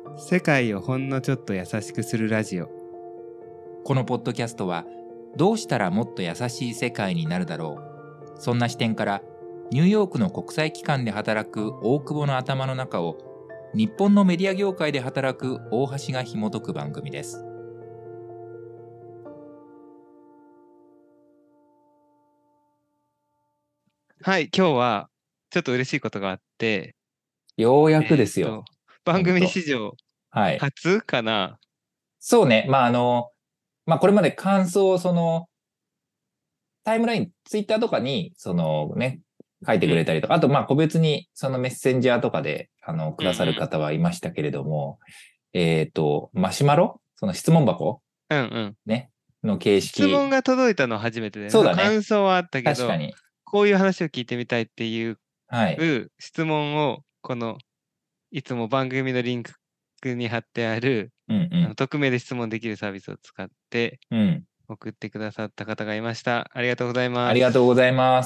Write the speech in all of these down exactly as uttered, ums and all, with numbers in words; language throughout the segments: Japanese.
世界をほんのちょっと優しくするラジオ。 このポッドキャストはどうしたらもっと優しい世界になるだろう、そんな視点からニューヨークの国際機関で働く大久保の頭の中を日本のメディア業界で働く大橋が紐解く番組です。 はい、今日はちょっと嬉しいことがあって、 ようやくですよ、 えーっと番組史上はい、 初かな。 そうね、まああの、まあこれまで感想をそのタイムライン、ツイッターとかにそのね、書いてくれたりとか、うん、あとまあ個別にそのメッセンジャーとかであのくださる方はいましたけれども、うんうん、えっと、マシュマロその質問箱、 うんうん、 ね、の形式。 質問が届いたのは初めてで、 そうだね。 感想はあったけど、 確かに。 こういう話を聞いてみたいっていう、 はい、 質問を、この、いつも番組のリンクに貼ってある、 うんうん、 あの匿名で質問できるサービスを使って、送ってくださった方がいました。ありがとうございます。 ありがとうございます。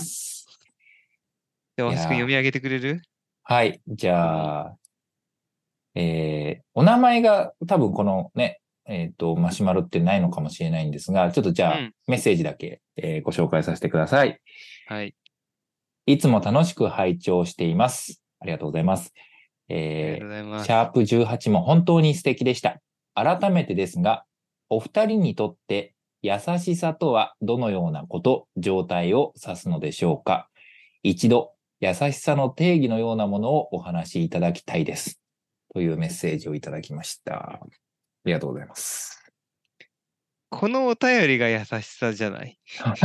では、大橋君読み上げてくれる？ はい、じゃあ、えー、お名前が多分このね、えっと、マシュマロってないのかもしれないんですが、ちょっとじゃあ、うん、メッセージだけ、えー、ご紹介させてください。 はい。 いつも楽しく拝聴しています。ありがとうございます。えー、シャープじゅうはちも本当に素敵でした。改めてですが、お二人にとって優しさとはどのようなこと、状態を指すのでしょうか。一度、優しさの定義のようなものをお話しいただきたいです。というメッセージをいただきました。ありがとうございます。 このお便りが優しさじゃない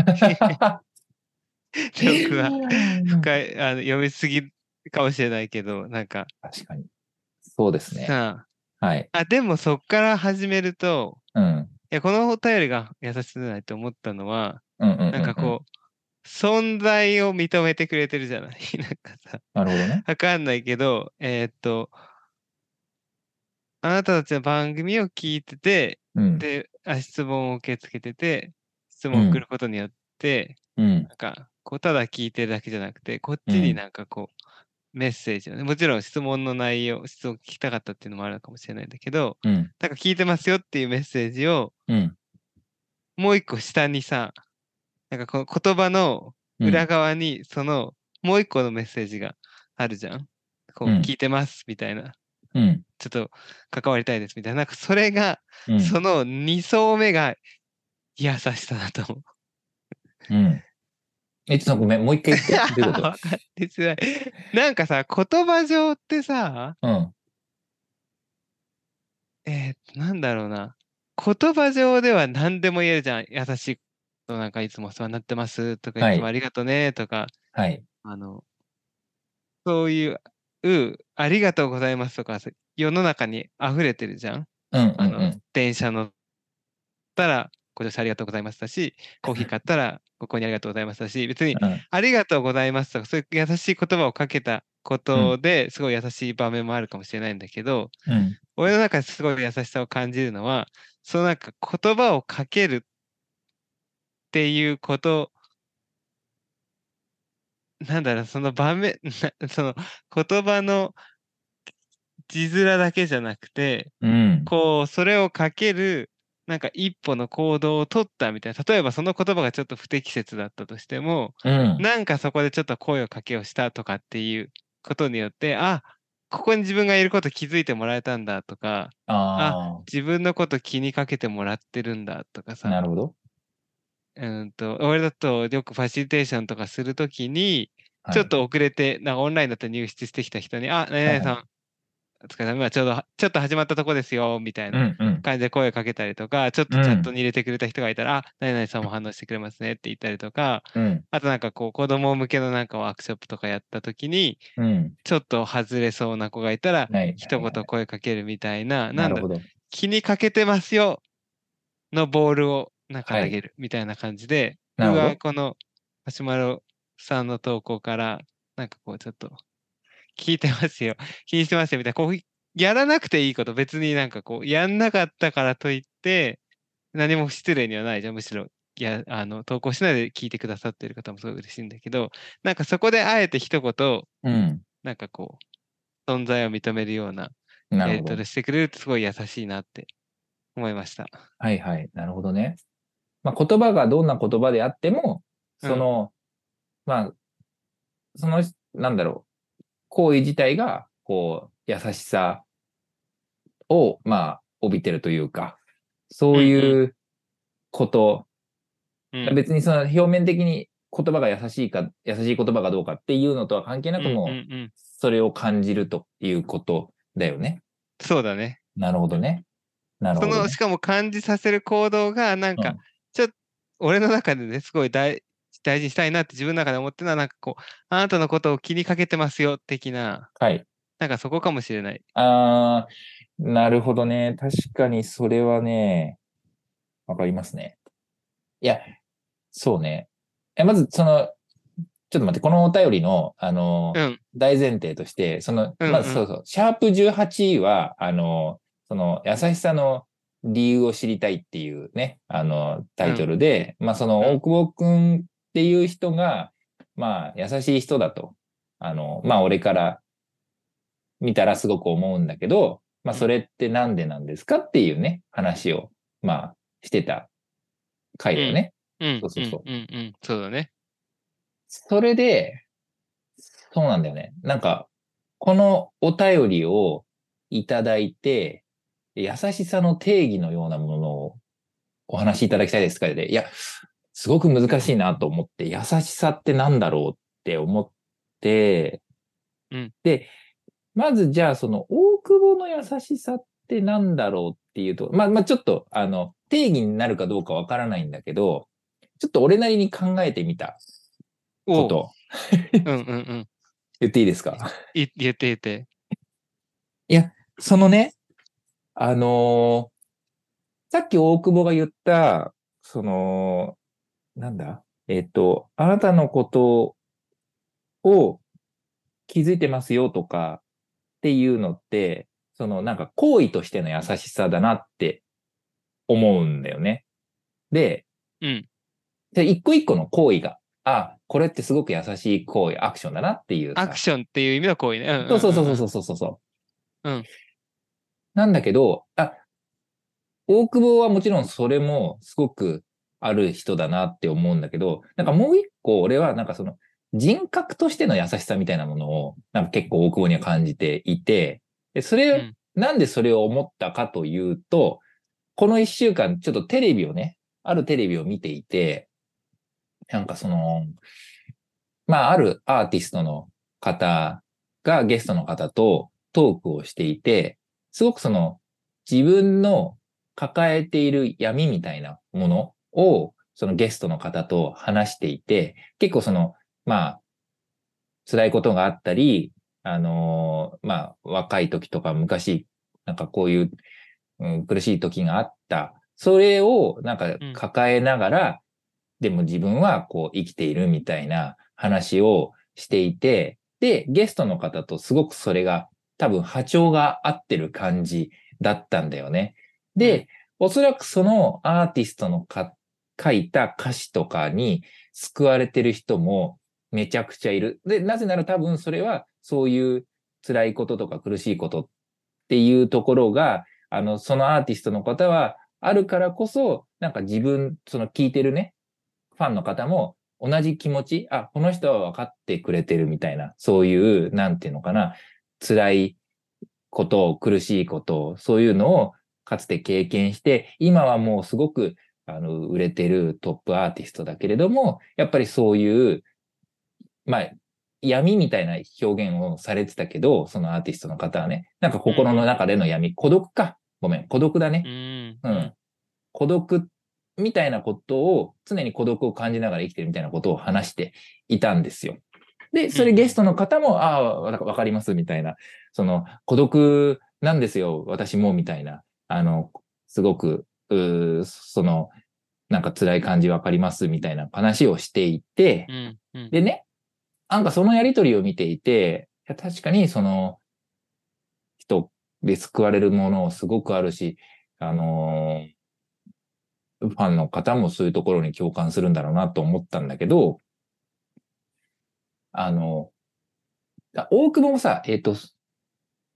僕は深いあの読みすぎかもしれないけど、なんか。 確かに。そうですね。 さあ、はい。 あ、でもそっから始めると、 うん。 いや、このお便りが優しさじゃないと思ったのは、 うんうんうんうん、 なんかこう、存在を認めてくれてるじゃないなんかさ。 なるほどね。 わかんないけど、えー、っと、あなたたちの番組を聞いてて、うん、であ、質問を受け付けてて、質問を送ることによって、うん、なんか、こう、ただ聞いてるだけじゃなくて、こっちになんかこう、メッセージをね、もちろん質問の内容、質問聞きたかったっていうのもあるのかもしれないんだけど、うん、なんか聞いてますよっていうメッセージを、うん、もう一個下にさ、なんかこの言葉の裏側に、その、もう一個のメッセージがあるじゃん。こう、聞いてますみたいな。うん、ちょっと関わりたいですみたいな。なんかそれが、うん、そのに層目が優しさだと思う。うん。 え、ちょっとごめん、もう一回言って。どういうこと？ わかりづらい。なんかさ、言葉上ってさ、うん、えー、なんだろうな。言葉上では何でも言えるじゃん。優しいとなんかいつもお世話になってますとか、いつもありがとうねとか、 はい。 あの、そういう、う、ありがとうございますとか、世の中に溢れてるじゃん。 うんうんうん、 あの、電車乗ったら、ご乗車ありがとうございましたし、コーヒー買ったら、ご購入ありがとうございましたし、別に、ありがとうございますとか、そういう優しい言葉をかけたことですごい優しい場面もあるかもしれないんだけど、うん、俺の中ですごい優しさを感じるのは、そのなんか言葉をかけるっていうこと、なんだろう、その場面、その言葉の字面だけじゃなくて、うん、こう、それをかける、なんか一歩の行動を取ったみたいな。例えばその言葉がちょっと不適切だったとしても、うん、なんかそこでちょっと声をかけをしたとかっていうことによって、あ、ここに自分がいること気づいてもらえたんだとか、あ、自分のこと気にかけてもらってるんだとかさ。 なるほど。 うんと、俺だとよくファシリテーションとかするときに、ちょっと遅れて、なんかオンラインだったら入室してきた人に、あ、何々さん、お疲れ様、今ちょうど、ちょっと始まったとこですよ、みたいな感じで声をかけたりとか、うんうん、ちょっとチャットに入れてくれた人がいたら、うん、あ、何々さんも反応してくれますねって言ったりとか、うん、あとなんかこう、子供向けのなんかワークショップとかやった時に、うん、ちょっと外れそうな子がいたら、一言声かけるみたいな、なんだ、気にかけてますよのボールをなんか投げるみたいな感じで、はい、僕はこのマシュマロさんの投稿から、なんかこうちょっと、聞いてますよ。気にしてますよ、みたいな。こう、やらなくていいこと、別になんかこう、やんなかったからといって、何も失礼にはないじゃん。むしろ、いや、あの、投稿しないで聞いてくださっている方もすごい嬉しいんだけど、なんかそこであえて一言、うん、なんかこう、存在を認めるようななるほど。 やり取りしてくれるってすごい優しいなって思いました。 はいはい。なるほどね。まあ、言葉がどんな言葉であっても、その、うん、まあ、その、なんだろう、行為自体が、こう、優しさを、まあ、帯びてるというか、そういうこと、うんうん、別にその表面的に言葉が優しいか、優しい言葉かどうかっていうのとは関係なくも、それを感じるということだよね。 そうだね。 なるほどね。なるほど、ね。 その、しかも感じさせる行動が、なんか、うん、ちょっと、俺の中でね、すごい大大事にしたいなって自分の中で思ってるのは、なんかこう、あなたのことを気にかけてますよ、的な。 はい。 なんかそこかもしれない。 あー、なるほどね。確かにそれはね、わかりますね。いや、そうね。え、まず、その、ちょっと待って、このお便りの、あの、うん、大前提として、その、まずそうそう、シャープじゅうはちは、あの、その、優しさの理由を知りたいっていうね、あの、タイトルで、うん、まあ、その、大久保くんっていう人が、まあ、優しい人だと、あの、まあ、俺から見たらすごく思うんだけど、まあ、それってなんでなんですかっていうね、話を、まあ、してた回だよね。 うん、そうそうそう。うん、うん、うん、そうだね。 それで、そうなんだよね。なんか、このお便りをいただいて、優しさの定義のようなものをお話しいただきたいですかで、いや、すごく難しいなと思って、優しさってなんだろうって思って、うん、で、まずじゃあその大久保の優しさってなんだろうっていうと、まあまあちょっとあの定義になるかどうかわからないんだけど、ちょっと俺なりに考えてみたこと。うんうんうん。言っていいですか？ 言って言って。 いや、そのね、あのー、さっき大久保が言った、その、なんだえっと、あなたのことを気づいてますよとかっていうのって、そのなんか行為としての優しさだなって思うんだよね。で、うん。で、一個一個の行為が、あ、これってすごく優しい行為、アクションだなっていうさ。 アクションっていう意味の行為ね。うんうんうんうん、 そうそうそうそうそうそう。 うん。 なんだけど、あ、大久保はもちろんそれもすごくある人だなって思うんだけど、なんかもう一個俺はなんかその人格としての優しさみたいなものをなんか結構大久保には感じていて、でそれ、うん、なんでそれを思ったかというと、この一週間ちょっとテレビをね、あるテレビを見ていて、なんかその、まああるアーティストの方がゲストの方とトークをしていて、すごくその自分の抱えている闇みたいなものを、そのゲストの方と話していて、結構その、まあ、辛いことがあったり、あのー、まあ、若い時とか昔、なんかこういう、うん、苦しい時があった。それをなんか抱えながら、うん、でも自分はこう生きているみたいな話をしていて、で、ゲストの方とすごくそれが多分波長が合ってる感じだったんだよね。で、うん、おそらくそのアーティストのか書いた歌詞とかに救われてる人もめちゃくちゃいる。で、なぜなら多分それはそういう辛いこととか苦しいことっていうところが、あの、そのアーティストの方はあるからこそ、なんか自分、その聞いてるね、ファンの方も同じ気持ち、あ、この人は分かってくれてるみたいな、そういう、なんていうのかな、辛いことを、苦しいことを、そういうのをかつて経験して、今はもうすごく、あの、売れてるトップアーティストだけれども、やっぱりそういう、まあ、闇みたいな表現をされてたけど、そのアーティストの方はね、なんか心の中での闇、うん、孤独か。ごめん、孤独だね。うん。うん、孤独みたいなことを、常に孤独を感じながら生きてるみたいなことを話していたんですよ。で、それゲストの方も、ああ、わかりますみたいな、その、孤独なんですよ、私も、みたいな、あの、すごく、うその、なんか辛い感じわかりますみたいな話をしていて、うんうん、でね、なんかそのやりとりを見ていて、確かにその人で救われるものすごくあるし、あのー、ファンの方もそういうところに共感するんだろうなと思ったんだけど、あの、大久保もさ、えっと、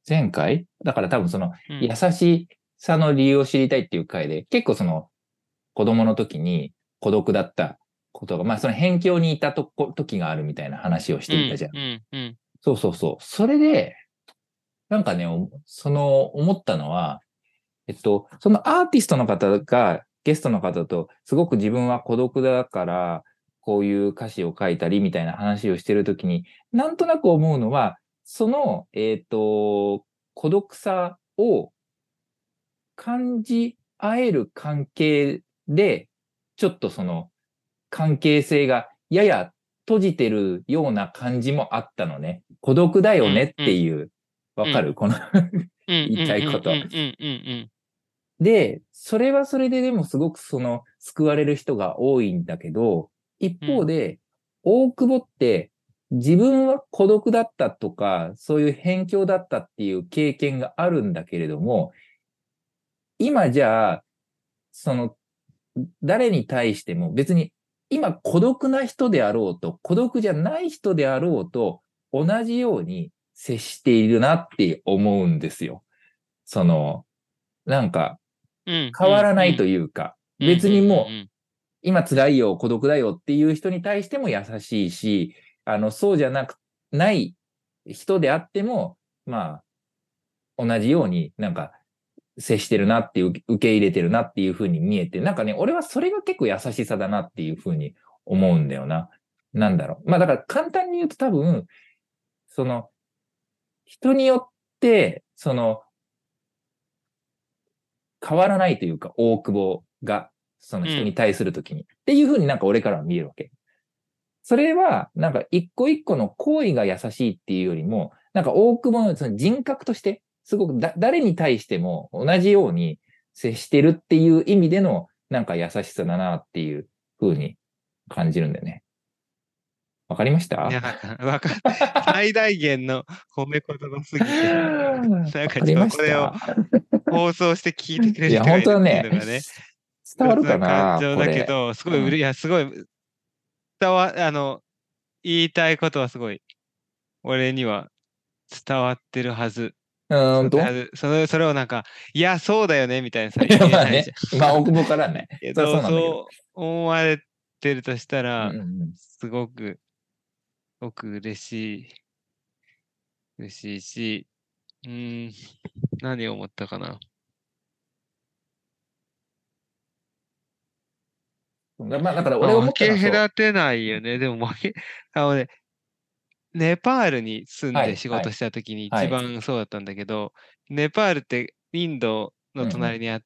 前回だから多分その、 うん、 優しさの理由を知りたいっていう回で、結構その、子供の時に孤独だったことが、まあその辺境にいたとこ、時があるみたいな話をしうん、 ていたじゃん。 うん、うん、 そうそうそう。それで、なんかね、その、思ったのは、えっと、そのアーティストの方がゲストの方とすごく自分は孤独だからこういう歌詞を書いたりみたいな話をしてるときになんとなく思うのはその、えっと、孤独さを感じ合える関係でちょっとその関係性がやや閉じてるような感じもあったのね。孤独だよねうん、うん、 っていう、わうん、 かるこのうん、 言いうん、うん、 たいこと。 うん、うん、 で、それはそれででもすごくその救われる人が多いんだけど、一うん、 方で、大久保って自分は孤独だったとか、そういう辺境だったっていう経験があるんだけれども、今じゃあ、その誰に対しても別に今孤独な人であろうと、孤独じゃない人であろうと、同じように接しているなって思うんですよ。その、なんか、 うん、うん、 変わらないとうん、 いうか、 うん、うん、 別にもう、 うん、 今辛いよ、孤独だよっていう人に対しても優しいし、あの、そうじゃなく、ない人であっても、まあ、同じようになんか接してるなっていう、受け入れてるなっていうふうに見えて、なんかね、俺はそれが結構優しさだなっていうふうに思うんだよな。なんだろう。まあだから簡単に言うと多分、その、人によって、その、変わらないというか、大久保が、そのうん、 人に対するときに。っていうふうになんか俺からは見えるわけ。それは、なんか一個一個の行為が優しいっていうよりも、なんか大久保のその人格として、すごくだ誰に対しても同じように接してるっていう意味での、なんか優しさだなっていうふうに感じるんだよね。わかりました？ いや、なんか、わかん最大限の褒め言葉すぎて、なんかちょっわかりまとこれをした？ 放送して聞いてくれいや、 る人がいるっていう本当はね、 のがね、 伝わるか一つの感な情これ。 だけど、すごい、うれいうん。 や、すごい、伝わ、あの、言いたいことはすごい、俺には伝わってるはず。 うーんと。 伝わってるはず。それ、それをなんか、いや、そうだよね、みたいなさ、 いや、 言えまあね。 ないじゃん。 まあ、大久保からね。そりゃそけど、 うなんだけど。 そう思われてるとしたうんうら、 んうん。 すごく、すごく嬉しい、嬉しいし、うーん、何を思ったかな。 まあ、だから俺まあ、 思ったのは分けそ隔てないよね。でも分け、あのね、ネパールに住う。 んはい、 で仕事はい、 した時に一はい。 番そうだったんだけど、ネパールってインドのうんうん。 隣にあって、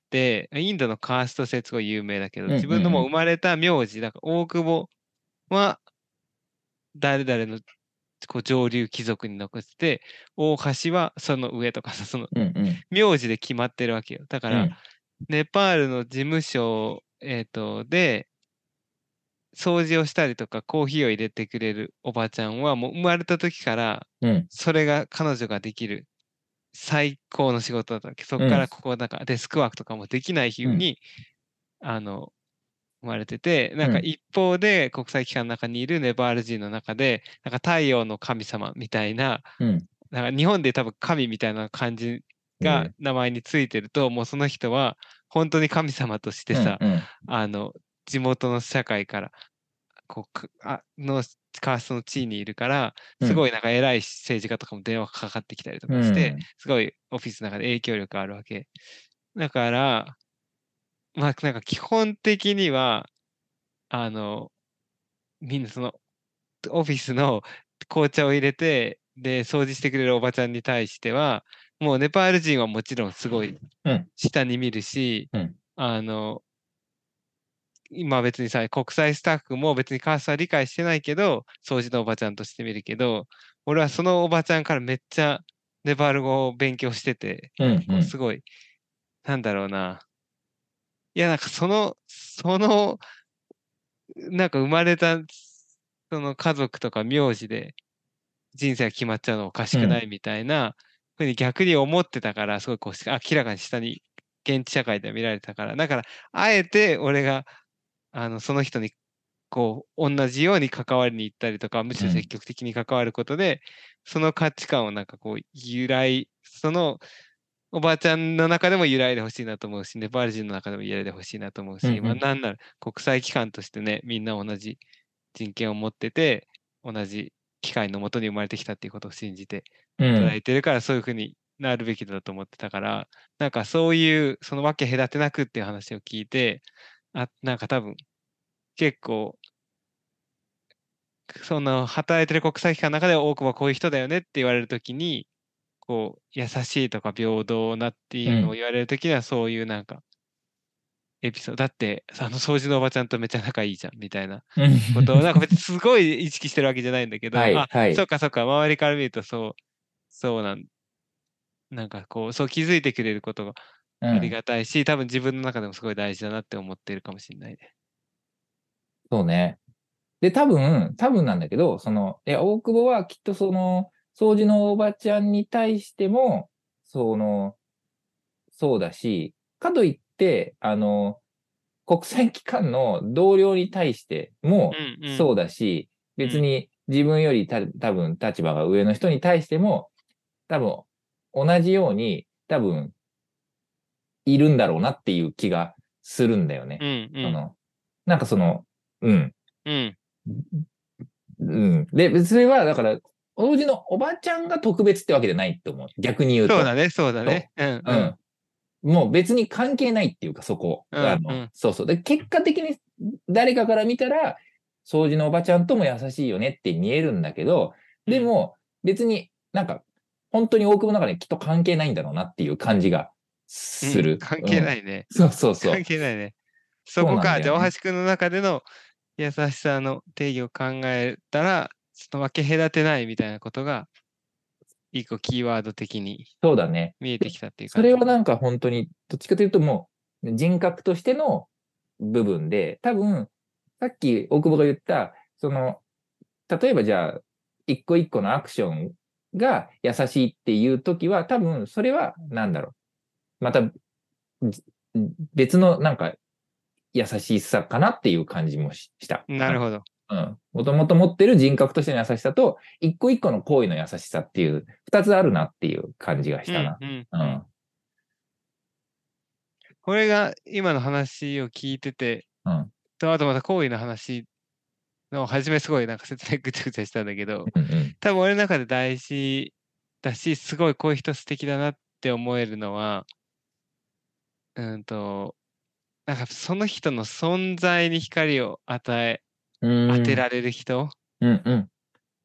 インドのカースト制すごい有名だけど、 うんうん自分のもううん。 生まれた名字、だから大久保は誰々のこう上流貴族に残してて、大橋はその上とか、そのうんうん。 名字で決まってるわけよ。だから、 うんネパールの事務所、えっと、で、掃除をしたりとかコーヒーを入れてくれるおばちゃんはもう生まれた時からうん。 それが彼女ができる最高の仕事だったわけ。そこうん。 からここなんかデスクワークとかもできない日うん。 にあの生まれてて、なんかうん。 一方で国際機関の中にいるネパール人の中で、なんか太陽の神様みたいな、 うん。 なんか日本で多分神みたいな感じがえ名前についてると、もうその人は本当に神様としてー、うん。 さ、 うん。 あの地元の社会からこうくあのカーストの地位にいるから、 うん。 すごいなんか偉い政治家とかも電話かかってきたりとうかして、 ん。 すごいオフィスの中で影響力あるわけ。だから、まあなんか基本的には、あの、みんなそのオフィスの紅茶を入れて、で、掃除してくれるおばちゃんに対しては、もうネパール人はもちろんすごいうん。 下に見るし、 うん。 あの、今別にさ、国際スタッフも別にカーストは理解してないけど、掃除のおばちゃんとして見るけど、俺はそのおばちゃんからめっちゃネパール語を勉強してて、 うん。うん。 こうすごい、なんだろうな。いや、なんかその、その、なんか生まれた、その家族とか名字で人生が決まっちゃうのおかしうん。 くないみたいな、ふうに逆に思ってたから、すごいこう、明らかに下に現地社会では見られてたから、だから、あえて俺が、あの、その人にこう、同じように関わりに行ったりとか、むしろ積極的に関わることで、うん、その価値観をなんかこう、由来、そのおばあちゃんの中でも揺らいでほしいなと思うし、ネパール人の中でも揺らいでほしいなと思うし、うんうん、まあなんなら国際機関としてね、みんな同じ人権を持ってて、同じ機会のもとに生まれてきたっていうことを信じていただいてるから、うん、そういうふうになるべきだと思ってたから、なんかそういう、そのわけ隔てなくっていう話を聞いて、あ、なんか多分、結構、その働いてる国際機関の中で大久保はこういう人だよねって言われるときに、こう、優しいとか平等なっていうのを言われるときには、そういうなんか、エピソード、だって、あの掃除のおばちゃんとめっちゃ仲いいじゃん、みたいなことを、なんか別にすごい意識してるわけじゃないんだけど、 はい、 あ、 はい、 そっかそっか、周りから見るとそう、そうなん、なんかこう、そう気づいてくれることがありがたいし、うん、多分自分の中でもすごい大事だなって思ってるかもしれないね。 そうね。で、多分、多分なんだけど、その、いや、大久保はきっとその、掃除のおばちゃんに対しても、その、そうだし、かといって、あの、国際機関の同僚に対してもそうだし、うんうん、別に自分よりた多分立場が上の人に対しても、多分同じように多分いるんだろうなっていう気がするんだよね。 うんうん、 そのなんかその、うん。 うん。 うん。で、それはだから、王子のおばちゃんが特別ってわけじゃないと思う。逆に言うと。 そうだね、そうだね。うん、うん。 もう別に関係ないっていうか、そこ。 うん、 あの、 うん、 そうそう。で、結果的に誰かから見たら、掃除のおばちゃんとも優しいよねって見えるんだけど、でも、別になんか、本当に大久保の中できっと関係ないんだろうなっていう感じがする。 うん、関係ないね。 うん、そうそうそう。 関係ないね。そこか、じゃあ、大橋くんの中での優しさの定義を考えたら、ちょっと分け隔てないみたいなことが、一個キーワード的にそうだね。 見えてきたっていうそ感じ。 れはなんか本当に、どっちかというともう人格としての部分で、多分、さっき大久保が言った、その、例えばじゃあ、一個一個のアクションが優しいっていうときは、多分それは、なんだろう。また、別のなんか優しさかなっていう感じもした。 なるほど。 うん。もともと持ってる人格としての優しさと、一個一個の行為の優しさっていう、二つあるなっていう感じがしたな。 うん、うん、 うん。 これが今の話を聞いてて、 うん。 と、あとまた行為の話の初めすごいなんか説明ぐちゃぐちゃしたんだけど、 うんうん、 多分俺の中で大事だし、すごいこういう人素敵だなって思えるのは、うんと、なんかその人の存在に光を与え、当てられる人うんうん。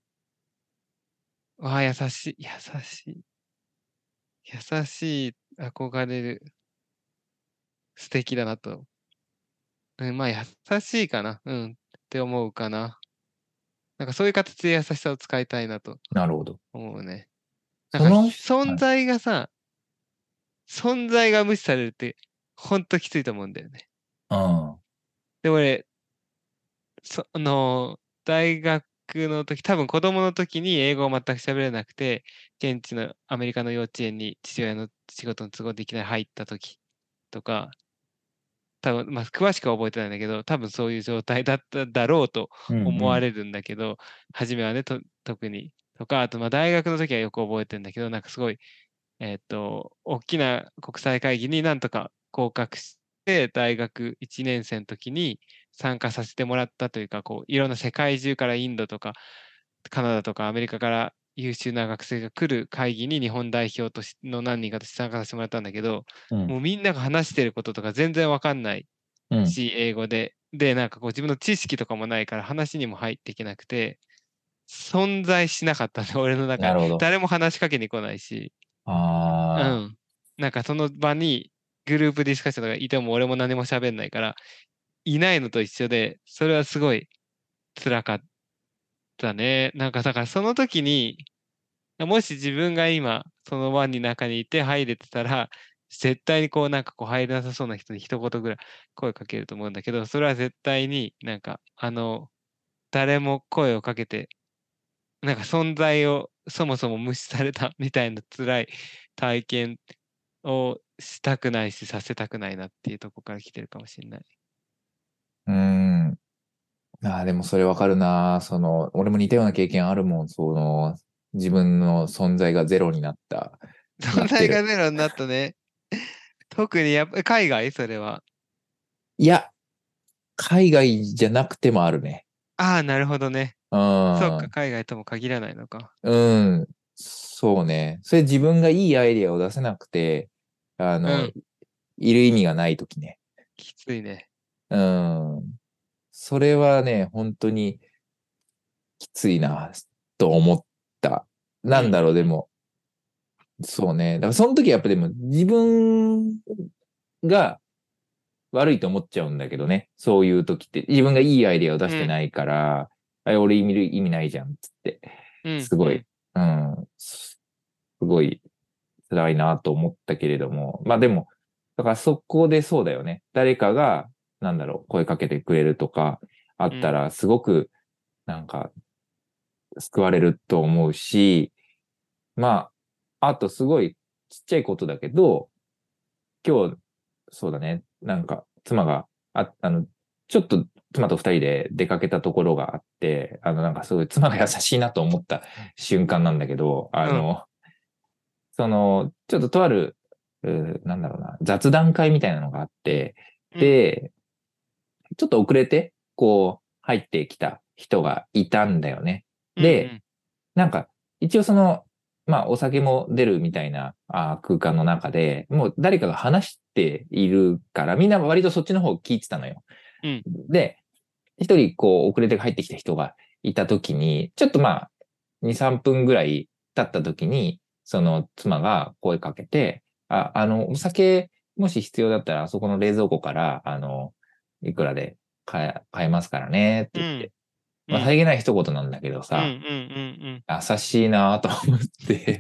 は優しい、優しい、優しい、憧れる、素敵だなと。うん、まあ優しいかな、うん、って思うかな。なんかそういう形で優しさを使いたいなとなるほど。 思うね。なんかその、 存在がさ、存在が無視されるって、ほんときついと思うんだよね。 うん。 で、俺、そあの、大学の時、多分子供の時に英語を全く喋れなくて、現地のアメリカの幼稚園に父親の仕事の都合でいきなり入った時とか、多分、まあ、詳しくは覚えてないんだけど、多分そういう状態だっただろうと思われるんだけど、うんうん、初めはね、と特に。とか、あと、まあ、大学の時はよく覚えてるんだけど、なんかすごい、えっと、大きな国際会議になんとか合格して、大学いちねん生の時に参加させてもらったというか、こう、いろんな世界中からインドとか、カナダとかアメリカから優秀な学生が来る会議に日本代表としの何人かとして参加させてもらったんだけど、うん、もうみんなが話してることとか全然わかんないし、うん、英語で。で、なんかこう自分の知識とかもないから話にも入っていけなくて、存在しなかったね、俺の中で。誰も話しかけに来ないし。 あうん。なんかその場にグループディスカッションとかいても俺も何も喋んないから、いないのと一緒で、それはすごい辛かったね。なんかだからその時に、もし自分が今その輪に中にいて入れてたら、絶対にこうなんかこう入れなさそうな人に一言ぐらい声かけると思うんだけど、それは絶対になんかあの、誰も声をかけて、なんか存在をそもそも無視されたみたいな辛い体験をしたくないし、させたくないなっていうところから来てるかもしれない。 うん。 ああ、でもそれわかるな。その、俺も似たような経験あるもん。その、自分の存在がゼロになった、な存在がってる。 ゼロになったね。特にやっぱ海外それは。 いや、海外じゃなくてもあるね。 ああ、なるほどね。 うそっか、 ん。 海外とも限らないのか。 うん。そうね。それ自分がいいアイディアを出せなくて、あの、 うん。 いる意味がないときね。 きついね。 うん。それはね、本当にきついな、と思った。 うん、 なんだろう、でも、そうね。だからその時やっぱでも自分が悪いと思っちゃうんだけどね。そういう時って。自分がいいアイデアを出うん、 してないから、あれ、俺意味、意味ないじゃん、つって。 うん、 すごい、 うん、 うん、すごい辛いなと思ったけれども。まあでも、だからそこでそうだよね。誰かが、なんだろう、声かけてくれるとかあうん、 ったら、すごく、なんか、救われると思うし、まあ、あとすごいちっちゃいことだけど、今日、そうだね。なんか、妻が、あ、あの、ちょっと妻と二人で出かけたところがあって、あの、なんかすごい妻が優しいなと思った瞬間なんだけど、あうん、 の、その、ちょっととある、うーなんだろうな、雑談会みたいなのがあって、 うん、 で、ちょっと遅れて、こう、入ってきた人がいたんだよね。 うん、うで、 ん、 なんか、一応その、まあ、お酒も出るみたいなあ空間の中で、もう誰かが話しているから、みんな割とそっちの方を聞いてたのよ。 うん、 で、一人こう遅れて入ってきた人がいたときに、ちょっとまあ、に、さんぷんぐらい経ったときに、その妻が声かけて、あ、あの、お酒、もし必要だったら、あそこの冷蔵庫から、あの、いくらで買え、買えますからね、ってうん、 言って。まあ、さうん、 りげない一言なんだけどうん、うさ、 ん、 優しいなと思って。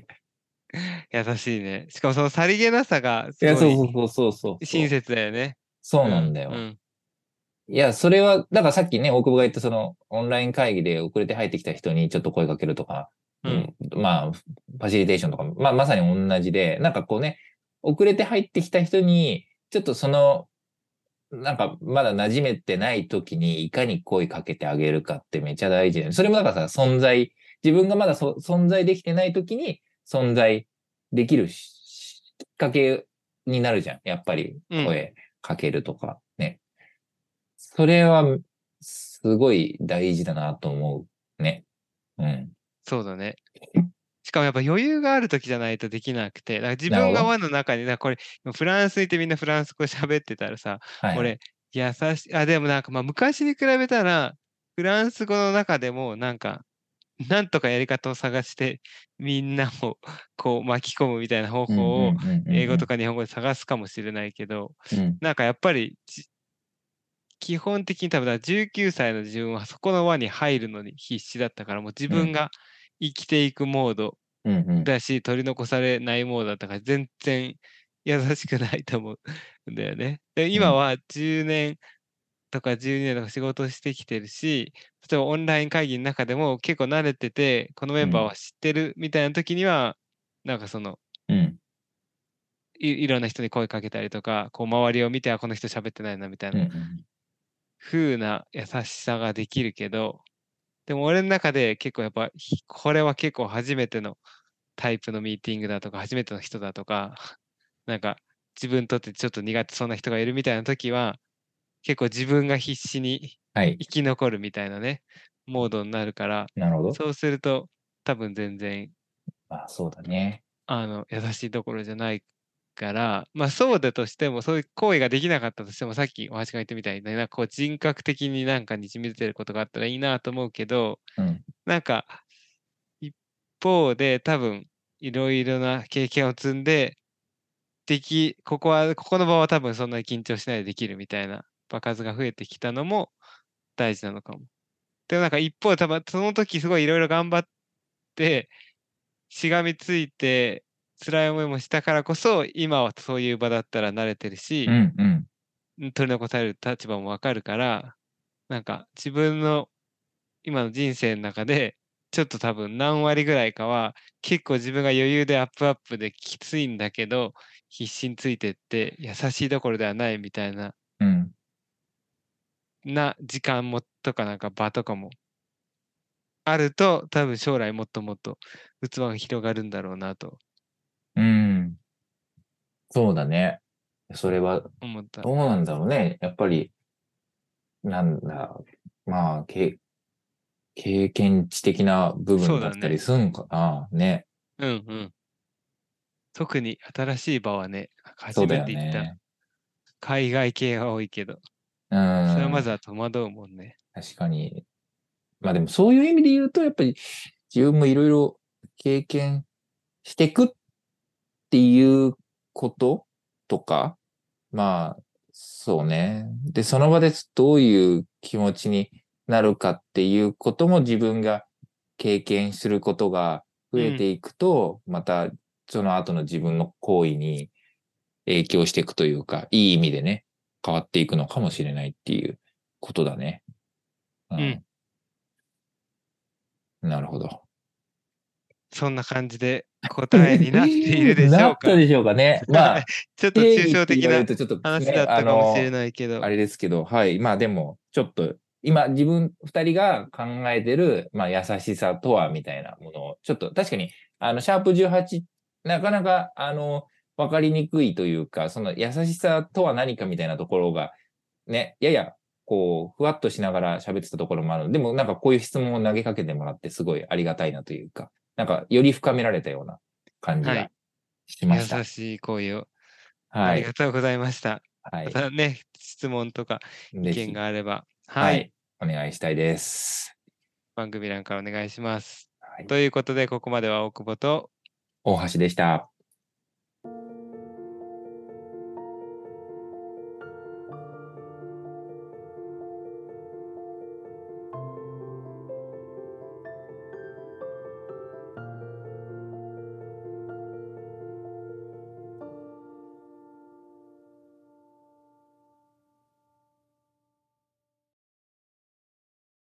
優しいね。しかもそのさりげなさがいや、 すごいそうそうそうそう親そう。 切だよね。 そうなんうん、 だよ。 うん、 いや、それは、だからさっきね、大久保が言ったその、オンライン会議で遅れて入ってきた人にちょっと声かけるとか、 うん、 うん、まあ、ファシリテーションとか、まあ、まさに同じで、なんかこうね、遅れて入ってきた人に、ちょっとその、なんかまだ馴染めてない時にいかに声かけてあげるかってめっちゃ大事だよね。それもだからさ、存在、自分がまだそ存在できてない時に存在できるしきっかけになるじゃん。やっぱりうん。 声かけるとかね。それはすごい大事だなと思うね。うん。 そうだね。しかもやっぱ余裕がある時じゃないとできなくて、だから自なるほど。 分が輪の中に、だからこれ、フランスにいてみんなフランス語喋ってたらさ、 はいはい。 俺、優しい、あ、でもなんかまあ昔に比べたら、フランス語の中でもなんか、なんとかやり方を探して、みんなをこう巻き込むみたいな方うんうん法をうんうん英語とか日本語で探すかもしれないけど、 うん。うん。 なんかやっぱりじ基本的に多分だじゅうきゅうさいの自分はそこの輪に入るのに必死だったから、もう自うん。 分が生きていくモードうんうん。 だし、取り残されないモードだったから全然優しくないと思うんだよね。で、 うん。 今はじゅうねんとかじゅうにねんとか仕事をしてきてるし、例えばオンライン会議の中でも結構慣れてて、このメうん。 ンバーは知ってるみたいな時には、なんかその、 うん。 いいろんな人に声かけたりとか、こう周りを見て、あ、この人喋ってないなみたいなうん。 風な優しさができるけど、でも俺の中で結構やっぱ、ひこれは結構初めてのタイプのミーティングだとか、初めての人だとか、なんか自分にとってちょっと苦手そうな人がいるみたいな時は、結構自分が必死にはい。 生き残るみたいなね、モードになるから、 なるほど。 そうすると多分全然、 あ、そうだね。 あの、優しいところじゃないから、まあそうだとしても、そういう行為ができなかったとしても、さっきお話が言ったみたいにね、なんかこう人格的になんかにじみ出てることがあったらいいなと思うけど、 うん。 なんか一方で多分いろいろな経験を積んで、でき、ここは、ここの場は多分そんなに緊張しないでできるみたいな場数が増えてきたのも大事なのかも。でもなんか一方、多分その時すごいいろいろ頑張って、しがみついて、辛い思いもしたからこそ、今はそういう場だったら慣れてるし、 うん。うん。 ん取り残される立場もわかるから、なんか自分の今の人生の中で、ちょっと多分何割ぐらいかは、結構自分が余裕でアップアップできついんだけど、必死についてって優しいどころではないみたいなうん。 な時間もとかなんか場とかもあると、多分将来もっともっと器が広がるんだろうなと。 うん。そうだね。それは、 思った。 どうなんだろうね。やっぱり、なんだ、まあ、け経験値的な部分だったりそうだね。 すんかな。ね。 うんうん。特に新しい場はね、初そうだよめて行ったね。 海外系が多いけど、 うそれはまん。 ずは戸惑うもんね。 確かに。まあでもそういう意味で言うと、やっぱり自分もいろいろ経験していくっていうこととか、まあ、そうね。で、その場でどういう気持ちになるかっていうことも自分が経験することが増うん。 えていくと、またその後の自分の行為に影響していくというか、いい意味でね、変わっていくのかもしれないっていうことだね。ううん。 ん。なるほど。 そんな感じで答えになっているでしょうか。 なったでしょうかね。まあ、 ちょっと抽定義って象的な言われるとちょっとね、 話だっあたかもしれの、 ないけど。 あれですけど、はい。まあでも、ちょっと、今自分二人が考えてる、まあ優しさとはみたいなものを、ちょっと確かに、あの、シャープじゅうはち、なかなか、あの、わかりにくいというか、その優しさとは何かみたいなところが、ね、やや、こう、ふわっとしながら喋ってたところもあるので、でもなんかこういう質問を投げかけてもらってすごいありがたいなというか、なんかより深められたような感じがはい。 しました。 優しい声をあはい。 りがとうございました。 はい。 またね、質問とか意見ぜひ、 があれば、はい、 はい。お願いしたいです。 番組欄からお願いします。 はい。 ということで、ここまでは大久保と大橋でした。